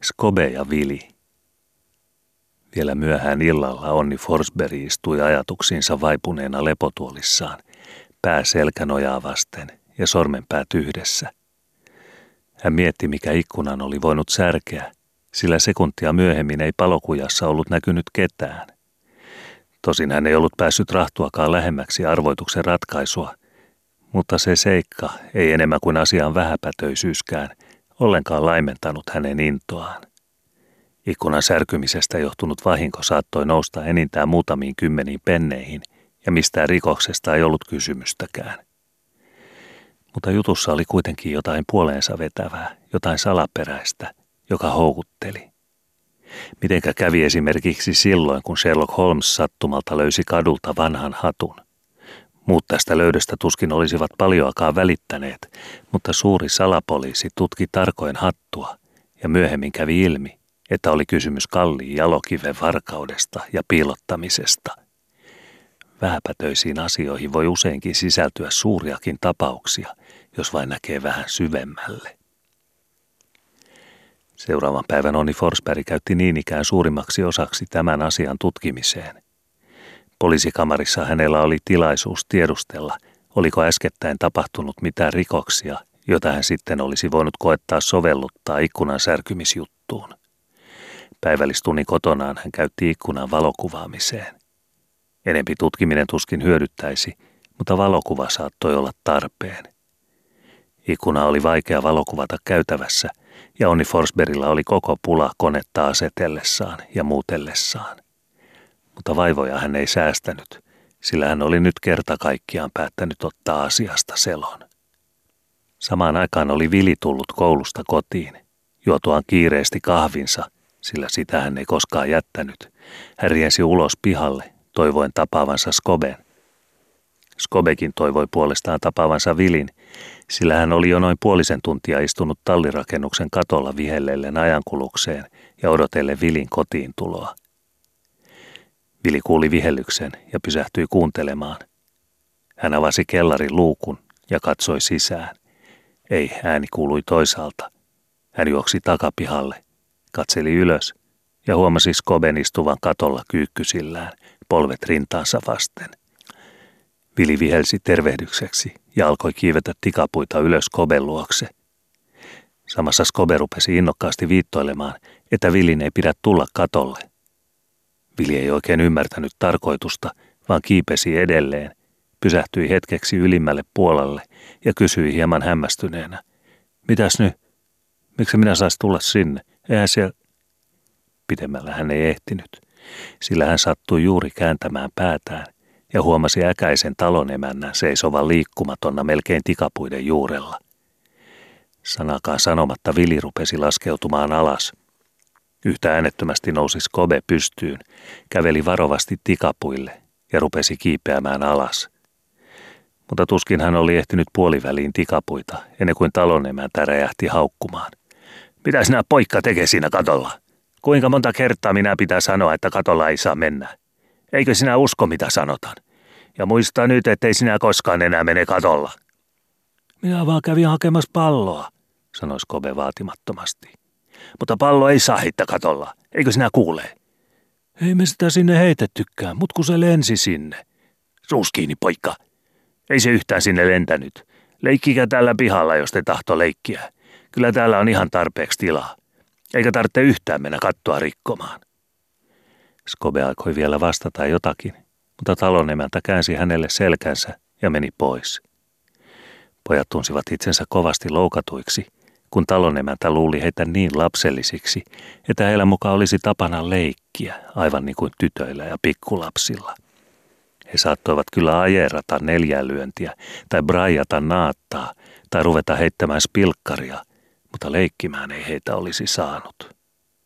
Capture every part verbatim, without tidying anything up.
Scobe ja Vili. Vielä myöhään illalla Onni Forsberg istui ajatuksiinsa vaipuneena lepotuolissaan, pää selkänojaa vasten ja sormenpäät yhdessä. Hän mietti, mikä ikkunan oli voinut särkeä, sillä sekuntia myöhemmin ei palokujassa ollut näkynyt ketään. Tosin hän ei ollut päässyt rahtuakaan lähemmäksi arvoituksen ratkaisua, mutta se seikka ei enemmän kuin asian vähäpätöisyyskään ollenkaan laimentanut hänen intoaan. Ikkunan särkymisestä johtunut vahinko saattoi nousta enintään muutamiin kymmeniin penneihin, ja mistään rikoksesta ei ollut kysymystäkään. Mutta jutussa oli kuitenkin jotain puoleensa vetävää, jotain salaperäistä, joka houkutteli. Mitenkä kävi esimerkiksi silloin, kun Sherlock Holmes sattumalta löysi kadulta vanhan hatun. Muut tästä löydöstä tuskin olisivat paljoakaan välittäneet, mutta suuri salapoliisi tutki tarkoin hattua, ja myöhemmin kävi ilmi, että oli kysymys kalliin jalokiven varkaudesta ja piilottamisesta. Vähäpätöisiin asioihin voi useinkin sisältyä suuriakin tapauksia, jos vain näkee vähän syvemmälle. Seuraavan päivän Onni Forsberg käytti niin ikään suurimmaksi osaksi tämän asian tutkimiseen. Poliisikamarissa hänellä oli tilaisuus tiedustella, oliko äskettäin tapahtunut mitään rikoksia, jota hän sitten olisi voinut koettaa sovelluttaa ikkunan särkymisjuttuun. Päivällistunnin kotonaan hän käytti ikkunan valokuvaamiseen. Enempi tutkiminen tuskin hyödyttäisi, mutta valokuva saattoi olla tarpeen. Ikkuna oli vaikea valokuvata käytävässä, ja Onni Forsbergilla oli koko pula konetta asetellessaan ja muutellessaan. Mutta vaivoja hän ei säästänyt, sillä hän oli nyt kerta kaikkiaan päättänyt ottaa asiasta selon. Samaan aikaan oli Vili tullut koulusta kotiin, juotuaan kiireesti kahvinsa, sillä sitä hän ei koskaan jättänyt. Hän riensi ulos pihalle, toivoen tapaavansa Scoben. Scobekin toivoi puolestaan tapaavansa Vilin, sillä hän oli jo noin puolisen tuntia istunut tallirakennuksen katolla vihellellen ajankulukseen ja odotellen Vilin kotiin tuloa. Vili kuuli vihellyksen ja pysähtyi kuuntelemaan. Hän avasi kellarin luukun ja katsoi sisään. Ei, ääni kuului toisaalta. Hän juoksi takapihalle, katseli ylös ja huomasi Scoben istuvan katolla kyykkysillään, polvet rintaansa vasten. Vili vihelsi tervehdykseksi ja alkoi kiivetä tikapuita ylös Scoben luokse. Samassa Scobe rupesi innokkaasti viittoilemaan, että Vilin ei pidä tulla katolle. Vili ei oikein ymmärtänyt tarkoitusta, vaan kiipesi edelleen, pysähtyi hetkeksi ylimmälle puolelle ja kysyi hieman hämmästyneenä. Mitäs nyt? Miksi minä sais tulla sinne? Eihän siellä... Pitemmällä hän ei ehtinyt, sillä hän sattui juuri kääntämään päätään ja huomasi äkäisen talonemännän seisovan liikkumatonna melkein tikapuiden juurella. Sanakaan sanomatta Vili rupesi laskeutumaan alas. Yhtä äänettömästi nousi Scobe pystyyn, käveli varovasti tikapuille ja rupesi kiipeämään alas. Mutta tuskin hän oli ehtinyt puoliväliin tikapuita, ennen kuin talonemäntä räjähti haukkumaan. Mitä sinä poikka tekee siinä katolla? Kuinka monta kertaa minä pitää sanoa, että katolla ei saa mennä? Eikö sinä usko, mitä sanotan? Ja muista nyt, ettei sinä koskaan enää mene katolla. Minä vaan kävin hakemassa palloa, sanoi Scobe vaatimattomasti. Mutta pallo ei saa heittää katolla, eikö sinä kuule? Ei me sitä sinne heitettykään, mut kun se lensi sinne. Suus kiinni, poikka. Ei se yhtään sinne lentänyt. Leikkikää täällä pihalla, jos te tahto leikkiä. Kyllä täällä on ihan tarpeeksi tilaa. Eikä tarvitse yhtään mennä kattoa rikkomaan. Scobe alkoi vielä vastata jotakin, mutta talonemäntä käänsi hänelle selkänsä ja meni pois. Pojat tunsivat itsensä kovasti loukatuiksi, kun talonemäntä luuli heitä niin lapsellisiksi, että heillä mukaan olisi tapana leikkiä, aivan niin kuin tytöillä ja pikkulapsilla. He saattoivat kyllä ajerata neljälyöntiä tai braijata naattaa tai ruveta heittämään spilkkaria, mutta leikkimään ei heitä olisi saanut.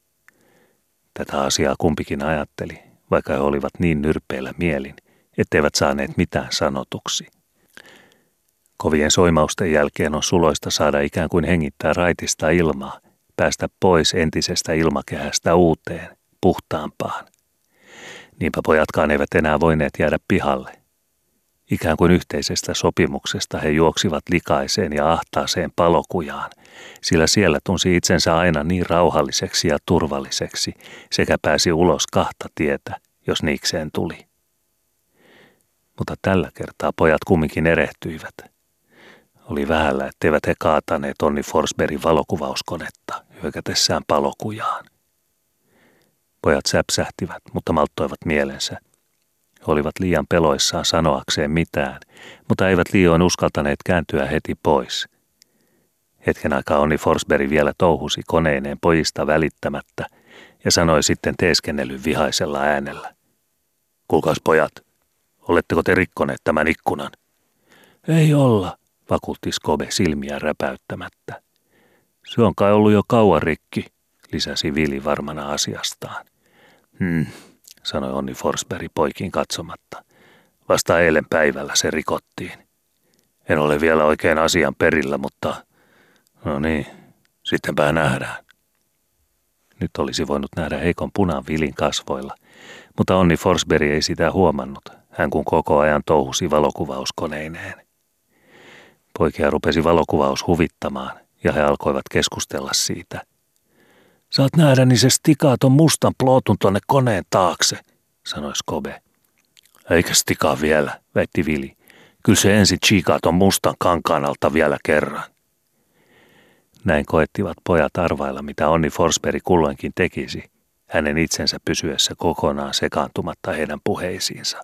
Tätä asiaa kumpikin ajatteli, vaikka he olivat niin nyrpeillä mielin, etteivät saaneet mitään sanotuksi. Kovien soimausten jälkeen on suloista saada ikään kuin hengittää raitista ilmaa, päästä pois entisestä ilmakehästä uuteen, puhtaampaan. Niinpä pojatkaan eivät enää voineet jäädä pihalle. Ikään kuin yhteisestä sopimuksesta he juoksivat likaiseen ja ahtaaseen palokujaan, sillä siellä tunsi itsensä aina niin rauhalliseksi ja turvalliseksi sekä pääsi ulos kahta tietä, jos niikseen tuli. Mutta tällä kertaa pojat kumminkin erehtyivät. Oli vähällä, etteivät he kaataneet Onni Forsbergin valokuvauskonetta hyökätessään palokujaan. Pojat säpsähtivät, mutta malttoivat mielensä. He olivat liian peloissaan sanoakseen mitään, mutta eivät liioin uskaltaneet kääntyä heti pois. Hetken aikaa Onni Forsberg vielä touhusi koneineen pojista välittämättä ja sanoi sitten teeskennellyn vihaisella äänellä. Kuulkaas pojat, oletteko te rikkoneet tämän ikkunan? Ei olla, vakuutti Skobe silmiä räpäyttämättä. Se on kai ollut jo kauan rikki, lisäsi Vili varmana asiastaan. Hmm, sanoi Onni Forsberg poikiin katsomatta. Vasta eilen päivällä se rikottiin. En ole vielä oikein asian perillä, mutta no niin, sittenpä nähdään. Nyt olisi voinut nähdä heikon punan Vilin kasvoilla, mutta Onni Forsberg ei sitä huomannut, hän kun koko ajan touhusi valokuvauskoneineen. Poikia rupesi valokuvaus huvittamaan ja he alkoivat keskustella siitä. Saat nähdä, niin se stikaa ton mustan plootun tonne koneen taakse, sanoi Skobe. Eikä stikaa vielä, väitti Vili. Kyllä se ensin chiikaa ton mustan kankaan alta vielä kerran. Näin koettivat pojat arvailla, mitä Onni Forsberg kulloinkin tekisi, hänen itsensä pysyessä kokonaan sekaantumatta heidän puheisiinsa.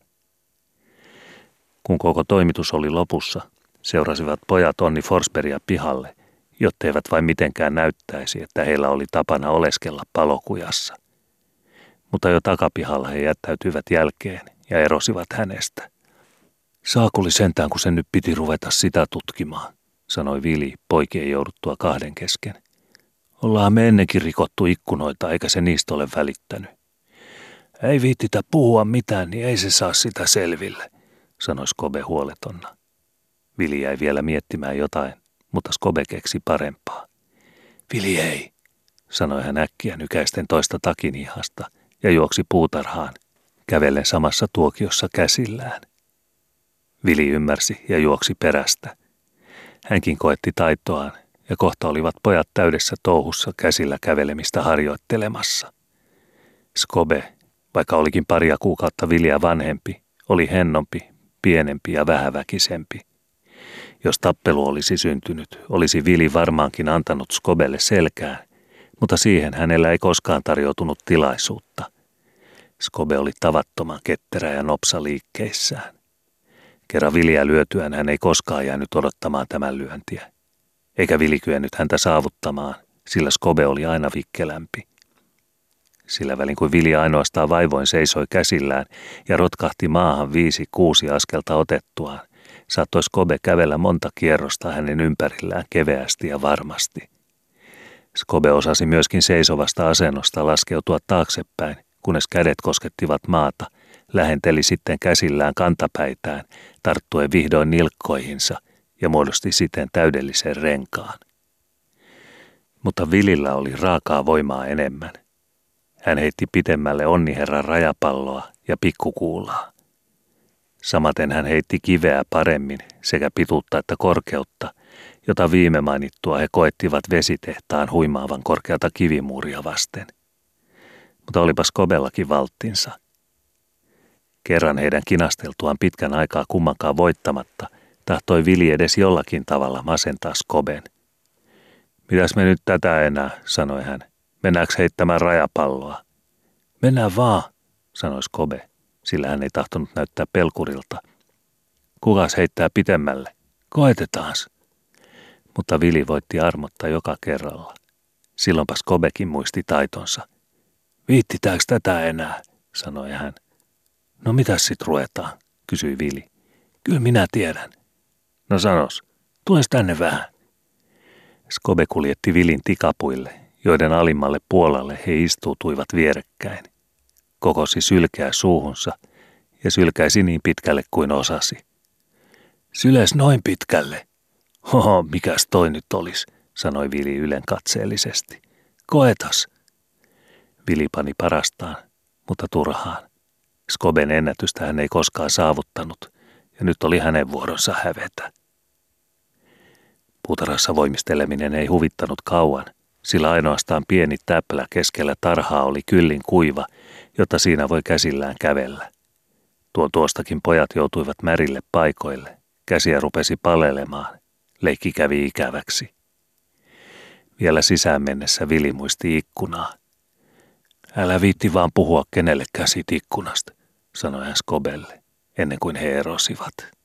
Kun koko toimitus oli lopussa, seurasivat pojat Onni Forsbergia pihalle, jotteivät vain mitenkään näyttäisi, että heillä oli tapana oleskella palokujassa. Mutta jo takapihalla he jättäytyivät jälkeen ja erosivat hänestä. Saakuli sentään, kun sen nyt piti ruveta sitä tutkimaan, sanoi Vili poikien jouduttua kahden kesken. Ollaan me ennenkin rikottu ikkunoita, eikä se niistä ole välittänyt. Ei viittitä puhua mitään, niin ei se saa sitä selville, sanoi Skobe huoletonna. Vili jäi vielä miettimään jotain, mutta Skobe keksi parempaa. Vili ei, sanoi hän äkkiä nykäisten toista takinihasta ja juoksi puutarhaan, kävellen samassa tuokiossa käsillään. Vili ymmärsi ja juoksi perästä. Hänkin koetti taitoaan ja kohta olivat pojat täydessä touhussa käsillä kävelemistä harjoittelemassa. Skobe, vaikka olikin paria kuukautta Viliä vanhempi, oli hennompi, pienempi ja vähäväkisempi. Jos tappelu olisi syntynyt, olisi Vili varmaankin antanut Skobelle selkään, mutta siihen hänellä ei koskaan tarjoutunut tilaisuutta. Skobe oli tavattoman ketterä ja nopsa liikkeissään. Kerran Viliä lyötyään hän ei koskaan jäänyt odottamaan tämän lyöntiä. Eikä Vili kyennyt häntä saavuttamaan, sillä Skobe oli aina vikkelämpi. Sillä välin kuin Vili ainoastaan vaivoin seisoi käsillään ja rotkahti maahan viisi kuusi askelta otettuaan, saattoi Skobe kävellä monta kierrosta hänen ympärillään keveästi ja varmasti. Skobe osasi myöskin seisovasta asennosta laskeutua taaksepäin, kunnes kädet koskettivat maata, lähenteli sitten käsillään kantapäitään, tarttuen vihdoin nilkkoihinsa ja muodosti siten täydellisen renkaan. Mutta Vilillä oli raakaa voimaa enemmän. Hän heitti pitemmälle onniherran rajapalloa ja pikkukuulaa. Samaten hän heitti kiveä paremmin sekä pituutta että korkeutta, jota viime mainittua he koettivat vesitehtaan huimaavan korkeata kivimuuria vasten. Mutta olipas Skobellakin valttinsa. Kerran heidän kinasteltuaan pitkän aikaa kummankaan voittamatta, tahtoi Vili edes jollakin tavalla masentaa Skoben. Mitäs me nyt tätä enää, sanoi hän. Mennäänkö heittämään rajapalloa? Mennään vaan, sanoi Skobe, sillä hän ei tahtonut näyttää pelkurilta. Kukas heittää pitemmälle? Koetetaans. Mutta Vili voitti armotta joka kerralla. Silloinpa Skobekin muisti taitonsa. Viittitäänkö tätä enää, sanoi hän. No mitäs sit ruvetaan, kysyi Vili. Kyllä minä tiedän. No sanos, tues tänne vähän. Skobe kuljetti Vilin tikapuille, joiden alimmalle puolelle he istuutuivat vierekkäin. Kokosi sylkeä suuhunsa ja sylkäisi niin pitkälle kuin osasi. Syles noin pitkälle. Hoho, mikäs toi nyt olis, sanoi Vili ylen katseellisesti. Koetas. Vili pani parastaan, mutta turhaan. Skoben ennätystä hän ei koskaan saavuttanut, ja nyt oli hänen vuoronsa hävetä. Puutarhassa voimisteleminen ei huvittanut kauan, sillä ainoastaan pieni täplä keskellä tarhaa oli kyllin kuiva, jotta siinä voi käsillään kävellä. Tuon tuostakin pojat joutuivat märille paikoille, käsiä rupesi palelemaan, leikki kävi ikäväksi. Vielä sisään mennessä Vili muisti ikkunaa. Älä viitti vaan puhua kenellekään siitä ikkunasta, sanoi hän Skobelle, ennen kuin he erosivat.